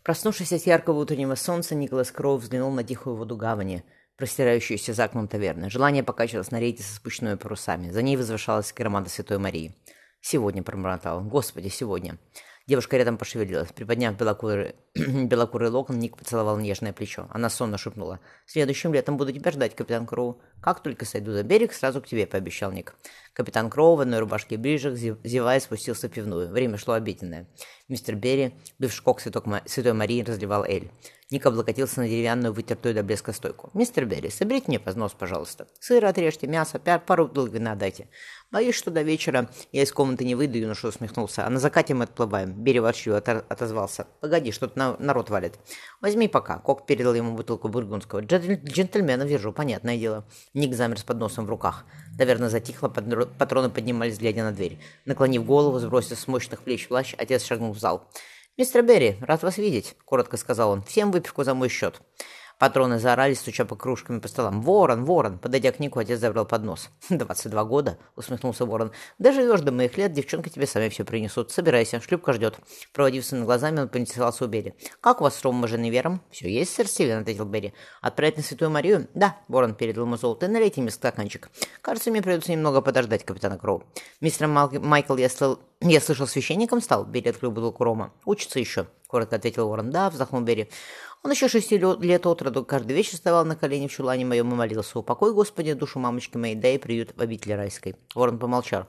Проснувшись от яркого утреннего солнца, Николас Кроу взглянул на тихую воду гавани, простирающуюся за окном таверны. Желание покачивалось на рейде со спущенными парусами. За ней возвышалась громада Святой Марии. «Сегодня», — пробормотал он, — «Господи, сегодня». Девушка рядом пошевелилась. Приподняв белокурый локон, Ник поцеловал нежное плечо. Она сонно шепнула: «Следующим летом буду тебя ждать, капитан Кроу. Как только сойду за берег, сразу к тебе», — пообещал Ник. Капитан Кроу в одной рубашке и брижах, зевая, спустился в пивную. Время шло обеденное. Мистер Берри, бывший кок Святой Марии, разливал эль. Ник облокотился на деревянную, вытертую до блеска стойку. «Мистер Берри, соберите мне поднос, пожалуйста. Сыр отрежьте, мясо, пару бутылок вина дайте. Боюсь, что до вечера я из комнаты не выйду», — юноша усмехнулся. «А на закате мы отплываем». Берри ворчливо отозвался. «Погоди, что-то народ валит». «Возьми пока». Кок передал ему бутылку бургундского. «Джентльменов вижу, понятное дело». Ник замер с подносом в руках. Таверна затихла, патроны поднимались, глядя на дверь. Наклонив голову, сбросив с мощных плеч плащ, отец шагнул в зал. «Мистер Берри, рад вас видеть», — коротко сказал он. «Всем выпивку за мой счет». Патроны заорали, стуча по кружками по столам. «Ворон, ворон!» Подойдя к Нику, отец забрал поднос. «22 года?» — усмехнулся ворон. «Доживешь до моих лет, девчонки тебе сами все принесут. Собирайся, шлюпка ждет». Проводив сына глазами, он поинтересовался у Берри. «Как у вас с Ромом и Женевером?» «Все есть, сэр Стивен», — ответил Берри. «Отправить на Святую Марию?» «Да», — ворон передал ему золото. «Налейте мне стаканчик. Кажется, мне придется немного подождать капитана Кроу». «Мистер Майкл, я слышал, священником стал?» Берри открыл бутылку рома. «Учится еще», — коротко ответил ворон. «Да», — вздохнул Берри. «Он еще 6 лет от роду каждый вечер вставал на колени в чулане моем и молился: упокой, Господи, душу мамочки моей, дай приют в обители райской». Ворон помолчал.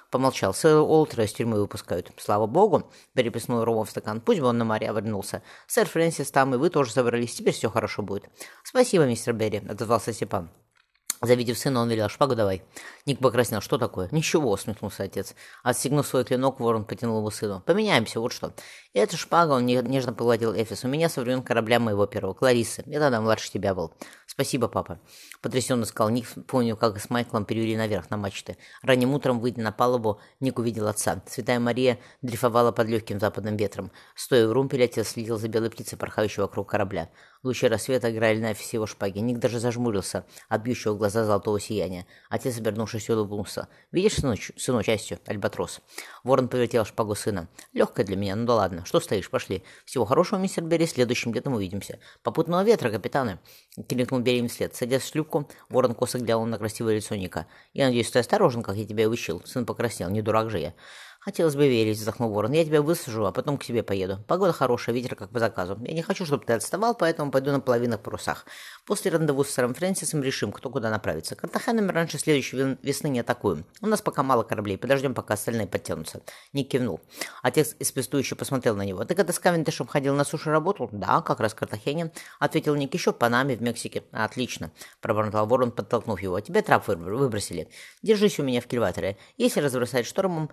Сэра Уолтера из тюрьмы выпускают. «Слава богу», — переплеснул Рома в стакан. «Пусть бы он на море вернулся. Сэр Фрэнсис там, и вы тоже собрались. Теперь все хорошо будет». «Спасибо, мистер Берри», — отозвался Степан. Завидев сына, он велел: «Шпагу давай». Ник покраснел. «Что такое?» «Ничего», — усмехнулся отец. Отстегнув свой клинок, ворон потянул его сыну. «Поменяемся, вот что. И эта шпага», — он нежно погладил Эфис, — «у меня со времен корабля моего первого, Кларисы. Я тогда младше тебя был». «Спасибо, папа», — потрясенно сказал Ник, помню, как с Майклом перевели наверх на мачты. Ранним утром, выйдя на палубу, Ник увидел отца. Святая Мария дрейфовала под легким западным ветром. Стоя в румпеле, отец следил за белой птицей, порхающей вокруг корабля. Лучи рассвета играли на Эфисе его шпаги. Ник даже зажмурился от бьющего в глаза золотого сияния. Отец, обернувшись, улыбнулся. «Видишь, сыну, частью, альбатрос?» Ворон повертел шпагу сына. «Легкая для меня, ну да ладно. Что стоишь, пошли. Всего хорошего, мистер Берри, следующим летом увидимся». «Попутного ветра, капитаны!» — крикнул Берри им вслед. Садясь в шлюпку, ворон косо глянул на красивое лицо Ника. «Я надеюсь, ты осторожен, как я тебя и учил». Сын покраснел. «Не дурак же я». «Хотелось бы верить», — вздохнул ворон. «Я тебя высажу, а потом к себе поеду. Погода хорошая, ветер как по заказу. Я не хочу, чтобы ты отставал, поэтому пойду на половинных парусах. После рандеву с сэром Фрэнсисом решим, кто куда направится. Картахеном раньше следующей весны не атакуем. У нас пока мало кораблей, подождем, пока остальные подтянутся». Ник кивнул. Отец испытующе посмотрел на него. «Ты когда с Кавентишем ходил на сушу, работал?» «Да, как раз в Картахене», — ответил Ник. «Еще в Панаме, в Мексике». «Отлично», — пробормотал ворон, подтолкнув его. «А тебя трап выбросили. Держись у меня в кильваторе. Если разбросать штормом,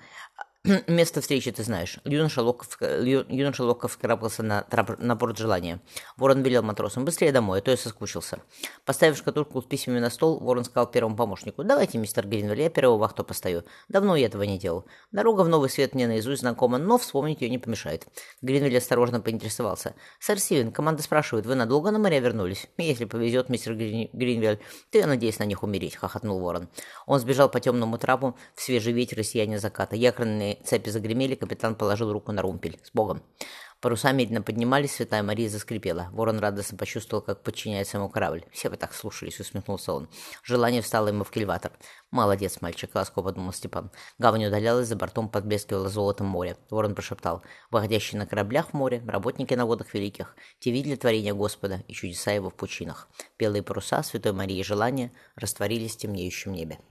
место встречи ты знаешь». Юноша ловко вскарабкался на борт желания. Ворон велел матросам: «Быстрее домой, а то я соскучился». Поставив шкатулку с письмами на стол, ворон сказал первому помощнику: «Давайте, мистер Гринвелл, я первого вахту постою. Давно я этого не делал. Дорога в Новый Свет мне наизусть знакома, но вспомнить ее не помешает». Гринвелл осторожно поинтересовался: «Сэр Стивен, команда спрашивает, вы надолго на море вернулись?» «Если повезет, мистер Гринвелл, то я надеюсь на них умереть», — хохотнул ворон. Он сбежал по темному трапу в свежий ветер и сияние заката. Якорные цепи загремели, капитан положил руку на румпель. «С Богом!» Паруса медленно поднимались, Святая Мария заскрипела. Ворон радостно почувствовал, как подчиняется ему корабль. «Все бы так слушались», — усмехнулся он. Желание встало ему в кильватор. «Молодец, мальчик», — ласково подумал Степан. Гавань удалялась, за бортом подблескивало золотом море. Ворон прошептал: «Выходящие на кораблях в море, работники на водах великих, те видели творение Господа и чудеса его в пучинах». Белые паруса Святой Марии желания растворились в темнеющем небе.